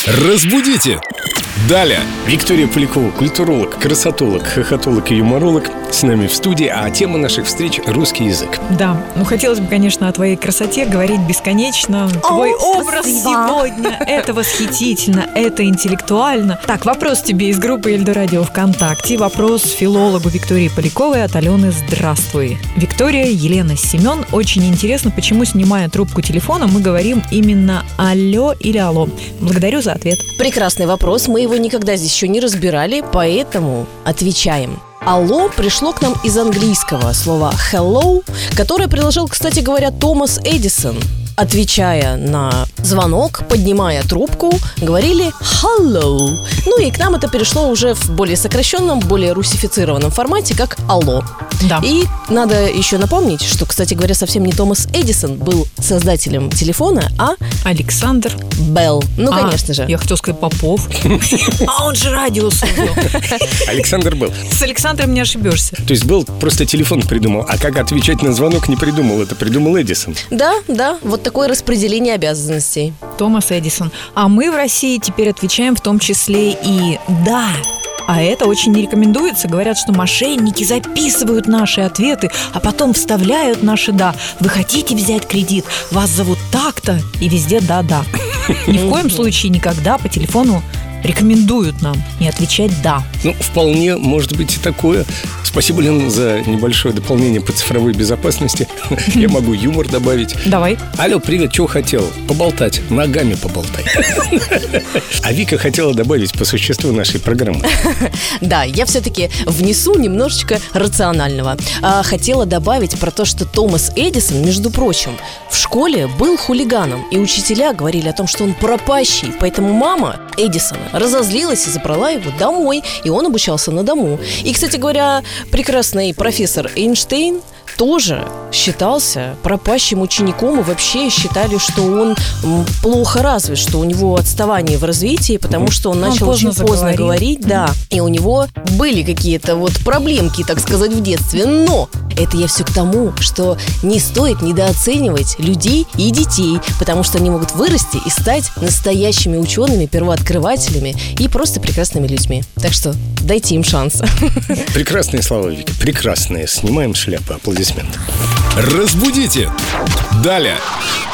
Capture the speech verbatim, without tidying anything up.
Разбудите! Далее Виктория Полякова, культуролог, красотолог, хохотолог и юморолог с нами в студии. А тема наших встреч – русский язык. Да, ну хотелось бы, конечно, о твоей красоте говорить бесконечно. Твой О, образ спасибо. сегодня – это восхитительно, это интеллектуально. Так, вопрос тебе из группы Эльдорадио ВКонтакте. Вопрос филологу Виктории Поляковой от Алены. Здравствуй. Виктория, Елена, Семен. Очень интересно, почему, снимая трубку телефона, мы говорим именно «алло» или «алло». Благодарю за ответ. Прекрасный вопрос, мы его никогда здесь еще не разбирали, поэтому отвечаем. Алло пришло к нам из английского слова hello, которое приложил, кстати говоря, Томас Эдисон. Отвечая на звонок, поднимая трубку, говорили hello. Ну и к нам это перешло уже в более сокращенном, более русифицированном формате, как алло. Да. И надо еще напомнить, что, кстати говоря, совсем не Томас Эдисон был создателем телефона, а Александр Белл. Ну, А, конечно же. Я хотел сказать Попов. А он же радио создал. Александр был. С Александром не ошибешься. То есть был, просто телефон придумал. А как отвечать на звонок, не придумал. Это придумал Эдисон. Да, да, вот такое распределение обязанностей. Томас Эдисон. А мы в России теперь отвечаем в том числе и «да». А это очень не рекомендуется. Говорят, что мошенники записывают наши ответы, а потом вставляют наши «да». Вы хотите взять кредит? Вас зовут так-то, и везде «да-да». Ни в коем случае никогда по телефону рекомендуют нам не отвечать «да». Ну, вполне может быть и такое. Спасибо, Лена, за небольшое дополнение по цифровой безопасности. Я могу юмор добавить. Давай. Алло, привет, чего хотел? Поболтать, ногами поболтай. А Вика хотела добавить по существу нашей программы. Да, я все-таки внесу немножечко рационального. а, Хотела добавить про то, что Томас Эдисон, между прочим, в школе был хулиганом. И учителя говорили о том, что он пропащий. Поэтому мама Эдисона разозлилась и забрала его домой. И он обучался на дому. И, кстати говоря, прекрасный профессор Эйнштейн тоже считался пропащим учеником, и вообще считали, что он м, плохо развит, что у него отставание в развитии, потому что он Он начал поздно очень поздно заговорил. говорить, да, и у него были какие-то вот проблемки, так сказать, в детстве, но это я все к тому, что не стоит недооценивать людей и детей, потому что они могут вырасти и стать настоящими учеными, первооткрывателями и просто прекрасными людьми. Так что дайте им шанс. Прекрасные слова, Вика, прекрасные. Снимаем шляпы, аплодисменты. Разбудите! Далее